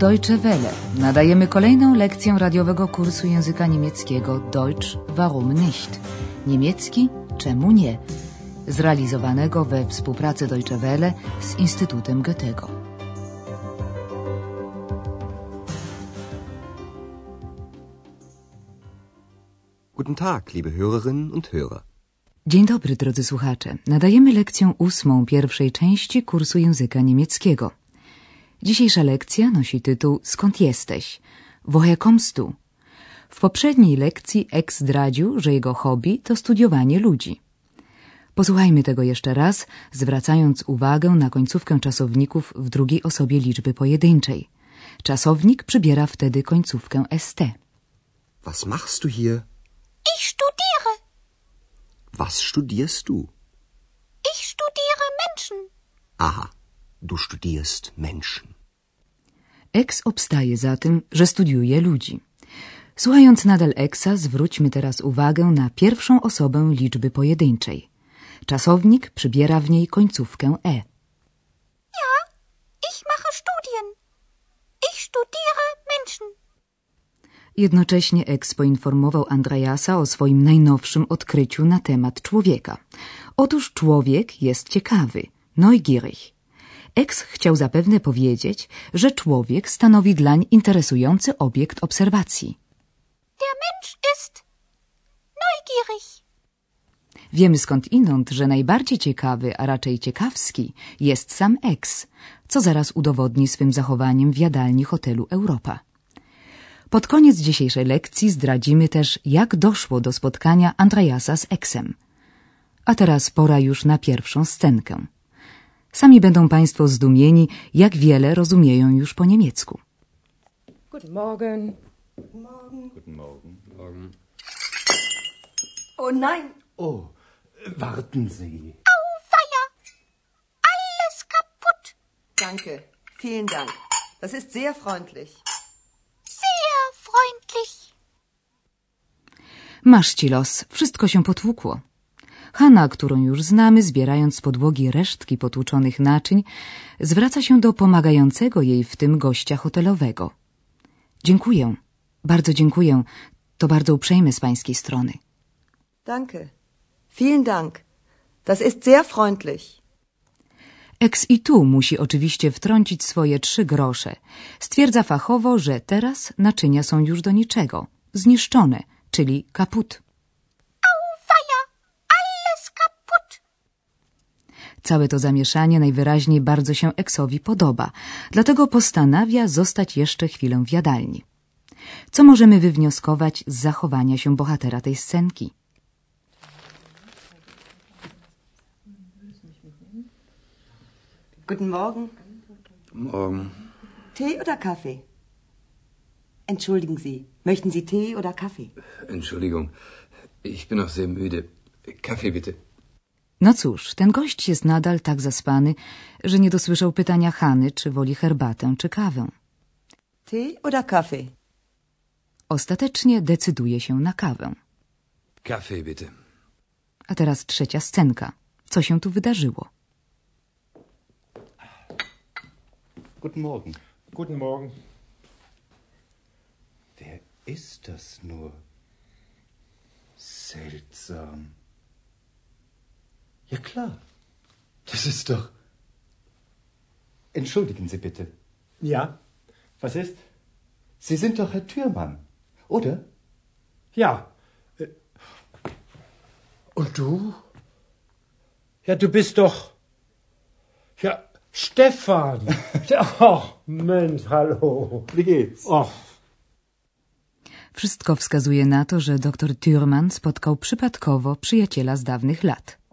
Deutsche Welle. Nadajemy kolejną lekcję radiowego kursu języka niemieckiego Deutsch, warum nicht? Niemiecki, czemu nie? Zrealizowanego we współpracy Deutsche Welle z Instytutem Goethego. Guten Tag, liebe Hörerinnen und Hörer. Dzień dobry, drodzy słuchacze. Nadajemy lekcję 8 pierwszej części kursu języka niemieckiego. Dzisiejsza lekcja nosi tytuł Skąd jesteś? Woher kommst du? W poprzedniej lekcji Ex zdradził, że jego hobby to studiowanie ludzi. Posłuchajmy tego jeszcze raz, zwracając uwagę na końcówkę czasowników w drugiej osobie liczby pojedynczej. Czasownik przybiera wtedy końcówkę st. Was machst du hier? Ich studiere. Was studierst du? Ich studiere Menschen. Aha, du studierst Menschen. Ex obstaje za tym, że studiuje ludzi. Słuchając nadal Exa, zwróćmy teraz uwagę na pierwszą osobę liczby pojedynczej. Czasownik przybiera w niej końcówkę e. Ja, ich mache Studien. Ich studiere Menschen. Jednocześnie Ex poinformował Andreasa o swoim najnowszym odkryciu na temat człowieka. Otóż człowiek jest ciekawy, neugierig. Ex chciał zapewne powiedzieć, że człowiek stanowi dlań interesujący obiekt obserwacji. Der Mensch ist neugierig. Wiemy skądinąd, że najbardziej ciekawy, a raczej ciekawski jest sam Ex, co zaraz udowodni swym zachowaniem w jadalni hotelu Europa. Pod koniec dzisiejszej lekcji zdradzimy też, jak doszło do spotkania Andreasa z Exem. A teraz pora już na pierwszą scenkę. Sami będą Państwo zdumieni, jak wiele rozumieją już po niemiecku. Guten Morgen. Guten Morgen. Guten Morgen. Morgen. Oh nein. Oh, warten Sie. Auweia. Alles kaputt. Danke. Vielen Dank. Das ist sehr freundlich. Sehr freundlich. Masz ci los, wszystko się potłukło. Hanna, którą już znamy, zbierając z podłogi resztki potłuczonych naczyń, zwraca się do pomagającego jej w tym gościa hotelowego. Dziękuję, bardzo dziękuję, to bardzo uprzejme z pańskiej strony. Danke. Vielen Dank. Das ist sehr freundlich. Ex i tu musi oczywiście wtrącić swoje 3 grosze. Stwierdza fachowo, że teraz naczynia są już do niczego, zniszczone, czyli kaput. Całe to zamieszanie najwyraźniej bardzo się Exowi podoba, dlatego postanawia zostać jeszcze chwilę w jadalni. Co możemy wywnioskować z zachowania się bohatera tej scenki? Guten Morgen. Morgen. Tee oder Kaffee? Entschuldigen Sie, möchten Sie Tee oder Kaffee? Entschuldigung, ich bin noch sehr müde. Kaffee bitte. No cóż, ten gość jest nadal tak zaspany, że nie dosłyszał pytania Hany, czy woli herbatę, czy kawę. Tee oder Kaffee? Ostatecznie decyduje się na kawę. Kaffee bitte. A teraz trzecia scenka. Co się tu wydarzyło? Guten Morgen. Guten Morgen. Wer ist das nur? Seltsam. Ja klar. Das ist doch... Entschuldigen Sie bitte. Ja, was ist? Sie sind doch Herr Thürmann, oder? Ja. Und du? Ja, du bist doch... Ja, Stefan. Ach, Mensch, hallo. Wie geht's? Och. Wszystko wskazuje na to, że dr Thürmann spotkał przypadkowo przyjaciela z dawnych lat.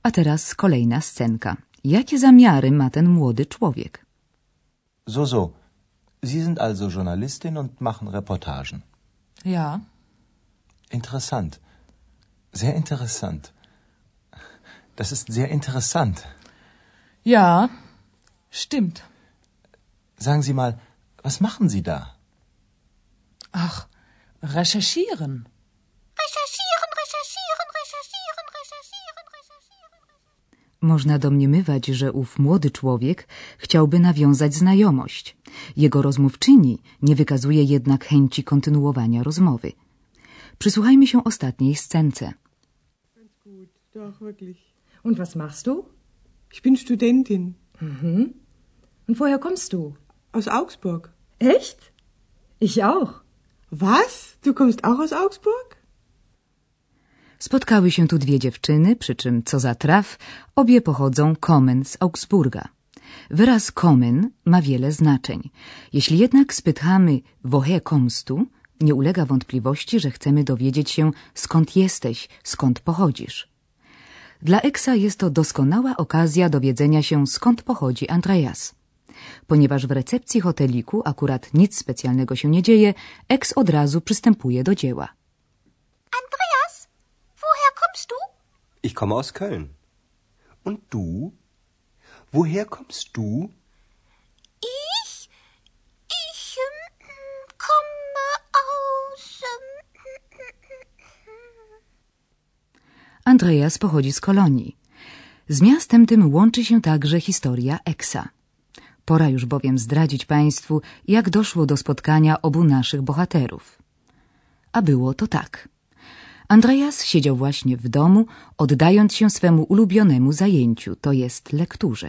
A teraz kolejna scenka. Jakie zamiary ma ten młody człowiek? So. Sie sind also Journalistin und machen Reportagen. Ja. Interessant. Sehr interessant. Das ist sehr interessant. Ja, stimmt. Sagen Sie mal, was machen Sie da? Ach, recherchieren. Można domniemywać, że ów młody człowiek chciałby nawiązać znajomość. Jego rozmówczyni nie wykazuje jednak chęci kontynuowania rozmowy. Przysłuchajmy się ostatniej scence. Ganz gut, doch, wirklich. Und was machst du? Ich bin Studentin. Mhm. Und woher kommst du? Aus Augsburg. Echt? Ich auch. Was? Du kommst auch aus Augsburg? Spotkały się tu dwie dziewczyny, przy czym, co za traf, obie pochodzą kommen z Augsburga. Wyraz kommen ma wiele znaczeń. Jeśli jednak spytamy woher kommst du, nie ulega wątpliwości, że chcemy dowiedzieć się, skąd jesteś, skąd pochodzisz. Dla Eksa jest to doskonała okazja dowiedzenia się, skąd pochodzi Andreas. Ponieważ w recepcji hoteliku akurat nic specjalnego się nie dzieje, Eks od razu przystępuje do dzieła. Andreas, woher kommst du? Ich komme aus Köln. Und du? Woher kommst du? Ich komme aus... Andreas pochodzi z Kolonii. Z miastem tym łączy się także historia Eksa. Pora już bowiem zdradzić Państwu, jak doszło do spotkania obu naszych bohaterów. A było to tak. Andreas siedział właśnie w domu, oddając się swemu ulubionemu zajęciu, to jest lekturze.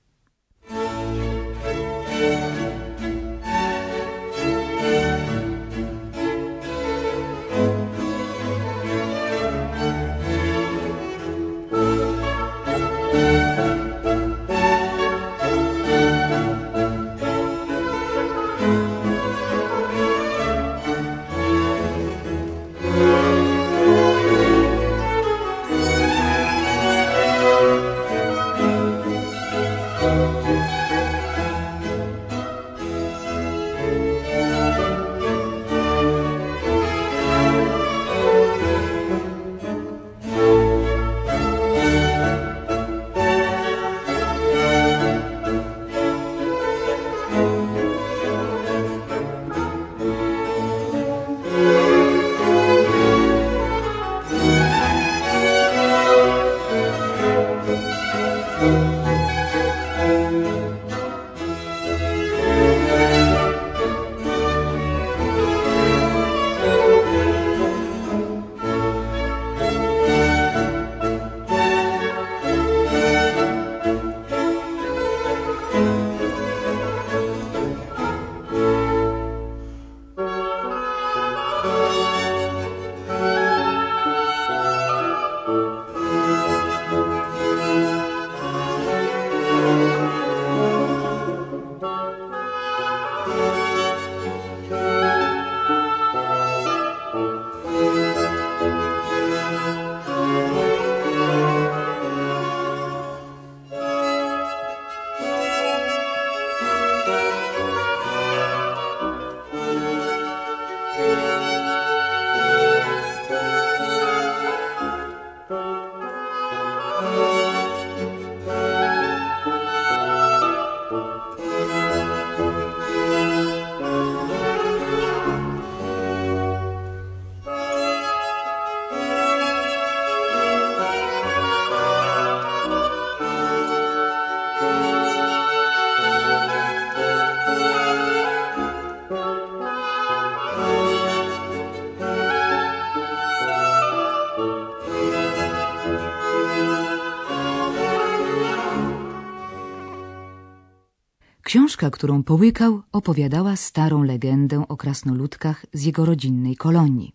Książka, którą połykał, opowiadała starą legendę o krasnoludkach z jego rodzinnej kolonii.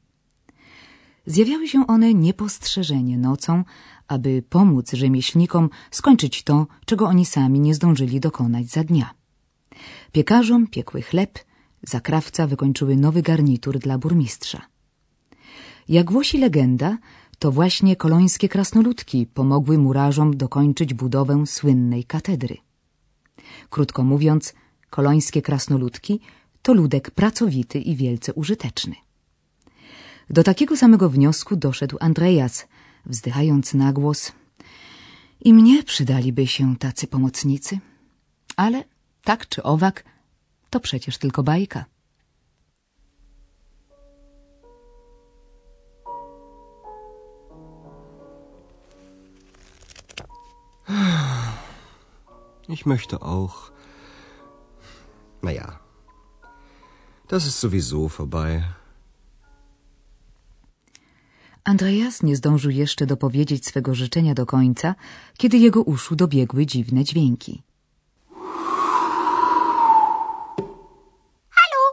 Zjawiały się one niepostrzeżenie nocą, aby pomóc rzemieślnikom skończyć to, czego oni sami nie zdążyli dokonać za dnia. Piekarzom piekły chleb, za krawca wykończyły nowy garnitur dla burmistrza. Jak głosi legenda, To właśnie kolońskie krasnoludki pomogły murarzom dokończyć budowę słynnej katedry. Krótko mówiąc, kolońskie krasnoludki to ludek pracowity i wielce użyteczny. Do takiego samego wniosku doszedł Andreas, wzdychając na głos: i mnie przydaliby się tacy pomocnicy, ale tak czy owak, to przecież tylko bajka. Ich möchte auch. Naja, das ist sowieso vorbei. Andreas nie zdążył jeszcze dopowiedzieć swego życzenia do końca, kiedy jego uszu dobiegły dziwne dźwięki. Hallo?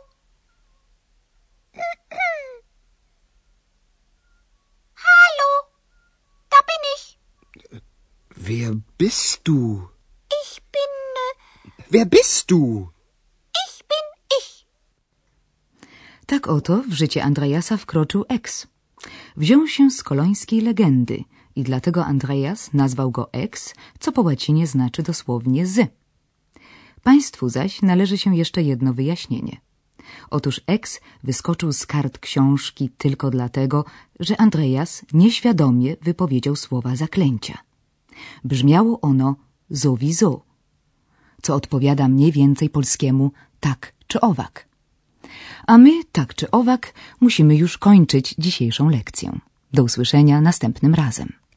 Hallo? Da bin ich. Wer bist du? Ich bin... Wer bist du? Ich bin ich. Tak oto w życie Andreasa wkroczył Ex. Wziął się z kolońskiej legendy i dlatego Andreas nazwał go Ex, co po łacinie znaczy dosłownie z. Państwu zaś należy się jeszcze jedno wyjaśnienie. Otóż Ex wyskoczył z kart książki tylko dlatego, że Andreas nieświadomie wypowiedział słowa zaklęcia. Brzmiało ono sowieso, co odpowiada mniej więcej polskiemu tak czy owak. A my, tak czy owak, musimy już kończyć dzisiejszą lekcję. Do usłyszenia następnym razem.